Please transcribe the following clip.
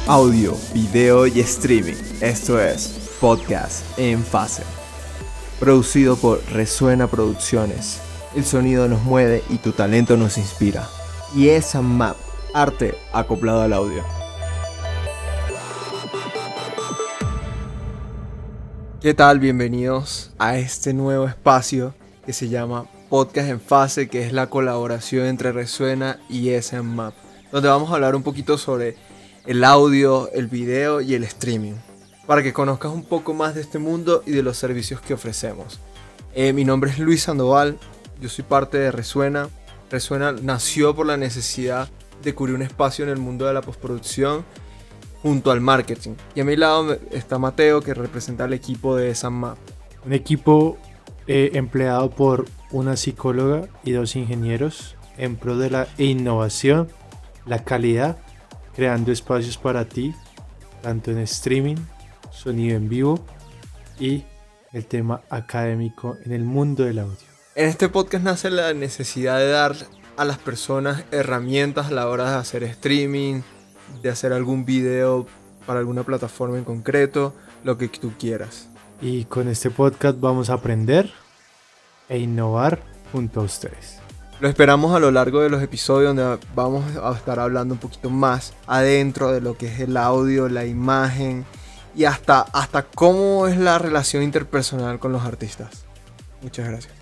audio, video y streaming. Esto es Podcast en Fase. Producido por Resuena Producciones. El sonido nos mueve y tu talento nos inspira. Y esa map, arte acoplado al audio. ¿Qué tal? Bienvenidos a este nuevo espacio que se llama Podcast en Fase, que es la colaboración entre Resuena y SM-Map, donde vamos a hablar un poquito sobre el audio, el video y el streaming, para que conozcas un poco más de este mundo y de los servicios que ofrecemos. Mi nombre es Luis Sandoval, yo soy parte de Resuena. Resuena nació por la necesidad de cubrir un espacio en el mundo de la postproducción junto al marketing. Y a mi lado está Mateo, que representa al equipo de SM-Map. Un equipo empleado por una psicóloga y 2 ingenieros en pro de la innovación, la calidad, creando espacios para ti, tanto en streaming, sonido en vivo y el tema académico en el mundo del audio. En este podcast nace la necesidad de dar a las personas herramientas a la hora de hacer streaming, de hacer algún video para alguna plataforma en concreto, lo que tú quieras. Y con este podcast vamos a aprender e innovar junto a ustedes. Lo esperamos a lo largo de los episodios, donde vamos a estar hablando un poquito más adentro de lo que es el audio, la imagen y hasta cómo es la relación interpersonal con los artistas. Muchas gracias.